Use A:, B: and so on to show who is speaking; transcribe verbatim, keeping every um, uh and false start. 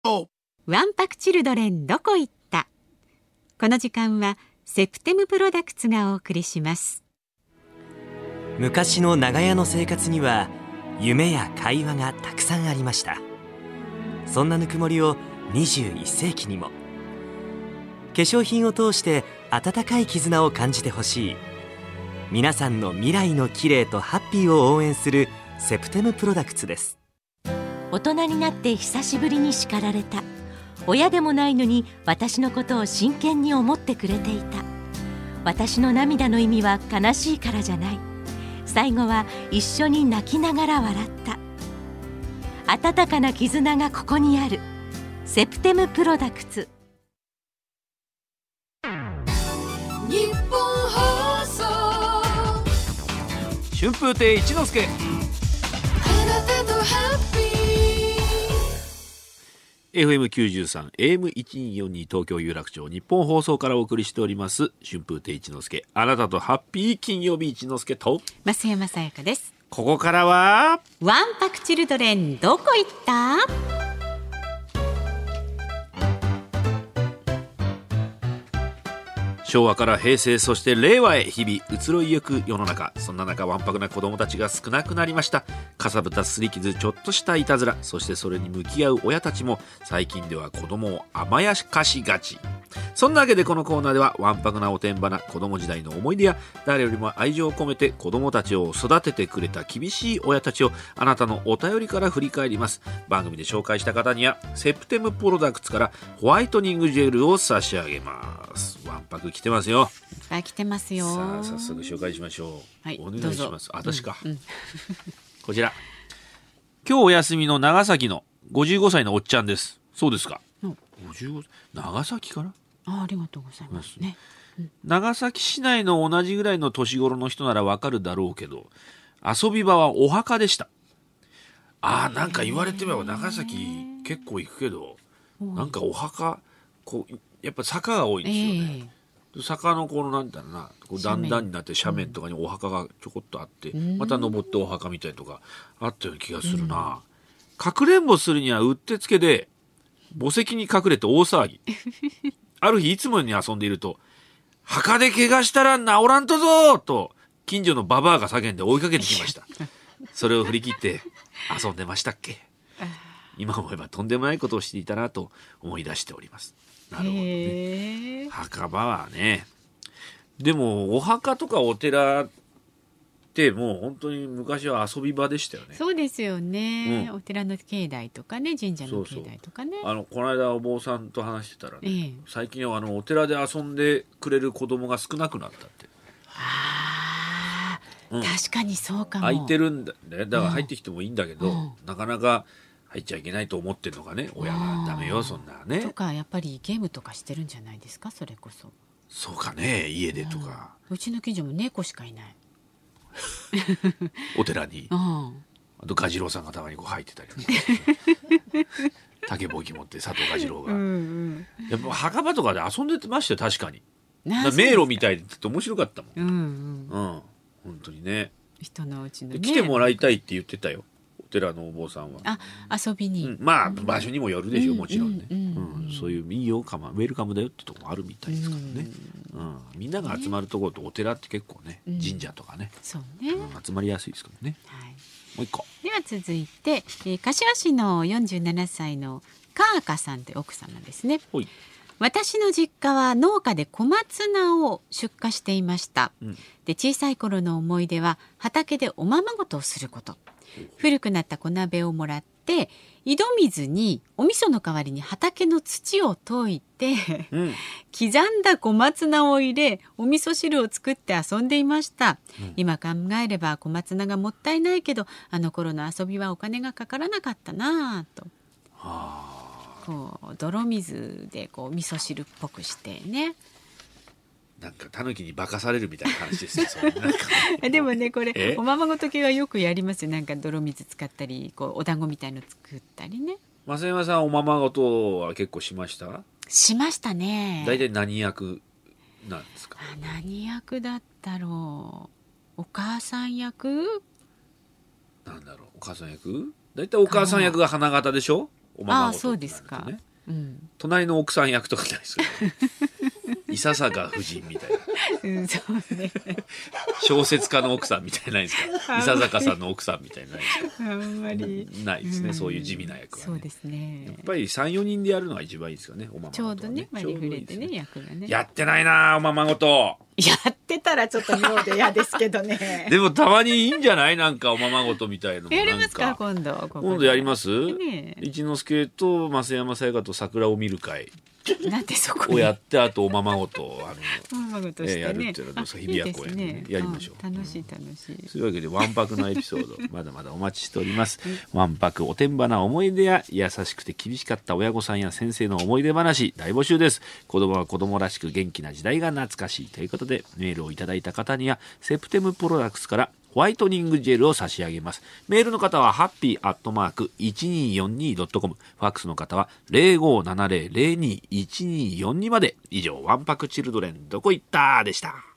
A: ワンパクチルドレンどこ行った。この時間はセプテムプロダクツがお送りします。
B: 昔の長屋の生活には夢や会話がたくさんありました。そんなぬくもりをにじゅういっせいきにも。化粧品を通して温かい絆を感じてほしい。皆さんの未来の綺麗とハッピーを応援するセプテムプロダクツです。
C: 大人になって久しぶりに叱られた。親でもないのに私のことを真剣に思ってくれていた。私の涙の意味は悲しいからじゃない。最後は一緒に泣きながら笑った。温かな絆がここにある。セプテムプロダクツ。
D: 日本放送
E: 春風亭一之輔。
D: あなたとハッピー
E: エフエムきゅうじゅうさん エーエムせんにひゃくよんじゅうに 東京有楽町日本放送からお送りしております春風亭一之輔、あなたとハッピー金曜日。一之輔と
A: 増山さやかです。
E: ここからは
A: ワンパクチルドレンどこ行った。
E: 昭和から平成、そして令和へ日々移ろいゆく世の中。そんな中、わんぱくな子供たちが少なくなりました。かさぶた、すり傷、ちょっとしたいたずら、そしてそれに向き合う親たちも最近では子供を甘やかしがち。そんなわけでこのコーナーではわんぱくなおてんばな子供時代の思い出や、誰よりも愛情を込めて子供たちを育ててくれた厳しい親たちをあなたのお便りから振り返ります。番組で紹介した方にはセプテムプロダクツからホワイトニングジェルを差し上げます。わんぱく来てますよ。
A: あ、来てますよ。
E: さあ早速紹介しましょう、
A: はい、
E: お願いします。私か、
A: うんうん、
E: こちら今日お休みの長崎のごじゅうごさいのおっちゃんです。そうですか、うん、ごじゅうご長崎から
A: あ, ありがとうございますね、うん、
E: 長崎市内の同じぐらいの年頃の人ならわかるだろうけど、遊び場はお墓でした。あー、なんか言われてみれば長崎結構行くけど、なんかお墓こうやっぱ坂が多いんですよね、えー、坂のこのなんだろうな、こう段々になって斜面とかにお墓がちょこっとあって、うん、また登ってお墓みたいとかあったような気がするな、うん、かくれんぼするにはうってつけで墓石に隠れて大騒ぎある日いつもに遊んでいると、墓で怪我したら治らんとぞと近所のババアが叫んで追いかけてきましたそれを振り切って遊んでましたっけ。今思えばとんでもないことをしていたなと思い出しております。なるほどね。墓場はね、でもお墓とかお寺ってもう本当に昔は遊び場でしたよね。
A: そうですよね、うん、お寺の境内とかね、神社の境内とかね。
E: そうそう、あのこの間お坊さんと話してたらね、えー、最近はあのお寺で遊んでくれる子供が少なくなったって。
A: あ、うん、確かにそうかも。
E: 空いてるんだね。だから入ってきてもいいんだけど、うん、なかなか入っちゃいけないと思ってるのがね、親がダメよそんなね。
A: とかやっぱりゲームとかしてるんじゃないですか、それこそ。
E: そうかね、家でとか、
A: うん、うちの近所も猫しかいない
E: お寺に、うん、あとガジロウさんがたまにこう入ってたり竹ぼうき持って佐藤ガジロウが、うん、うん、やっぱ墓場とかで遊んでましたよ。確かに迷路みたいでって面白かったもん、うんうんうん、本当にね。
A: 人のうちの、ね、
E: 来てもらいたいって言ってたよ、お寺のお坊さんは。
A: あ、遊びに、うん、
E: まあ場所にもよるでしょう、もちろんね、うんうんうん、そういういいよかまウェルカムだよってとこもあるみたいですからね、うんうん、みんなが集まるところとお寺って結構ね、うん、神社とかね、
A: そうね、
E: うん、集まりやすいですからね、はい、もう一個
A: では続いて、えー、柏市のよんじゅうななさいのカーカさんという奥様ですね。はい、私の実家は農家で小松菜を出荷していました、うん、で小さい頃の思い出は畑でおままごとをすること。古くなった小鍋をもらって井戸水にお味噌の代わりに畑の土を溶いて、うん、刻んだ小松菜を入れお味噌汁を作って遊んでいました、うん、今考えれば小松菜がもったいないけど、あの頃の遊びはお金がかからなかったなぁと。はあ、こう泥水でこう味噌汁っぽくしてね、
E: なんかタヌキに化かされるみたいな話ですよそれなんか
A: でもね、これおままごと系はよくやりますよ。なんか泥水使ったり、こうお団子みたいの作ったりね。
E: 増山さんおままごとは結構しました？
A: しましたね。
E: 大体何役なんですか？
A: あ、何役だったろう。お母さん役？
E: なんだろう、お母さん役？大体お母さん役が花形でしょ。 おままごと
A: あそう
E: ってなるとね、
A: ですか、うん、
E: 隣の奥さん役とかないですか伊佐坂夫人みたいな、
A: うん、そうね
E: 小説家の奥さんみたいなないですか伊佐坂さんの奥さんみたいなないですか
A: あんまり
E: ないですね、
A: うん、
E: そういう地味な役は、ね、
A: そうですね。
E: やっぱり さん,よ 人でやるのが一番いいですよね、おままごとは、ね、
A: ちょうどね割り振れてね、
E: ね、
A: 役がね。
E: やってないなおままごと。
A: やってたらちょっと妙で嫌ですけどね
E: でもたまにいいんじゃない、なんかおままごとみたいのも。
A: やりますか今度。ここ
E: 今度やります、
A: ね、
E: 一之輔と増山さやかと桜を見る会
A: なんでそこ
E: をやって、あとおままごとをあの
A: おままごとしてね、
E: やるっていうのはどうですか、日比谷公園で、ね、
A: いいですね、
E: やりましょう。
A: 楽しい楽しい。
E: そういうわけでわんぱくなエピソードまだまだお待ちしております。わんぱくおてんばな思い出や優しくて厳しかった親御さんや先生の思い出話大募集です。子供は子供らしく元気な時代が懐かしいということで、メールをいただいた方にはセプテムプロダクツからホワイトニングジェルを差し上げます。メールの方はハッピーアットマーク いちにーよんにードットコム、 ファックスの方は ゼロごーななゼロゼロにーいちにーよんにーまで。以上、わんぱくチルドレンどこ行ったでした。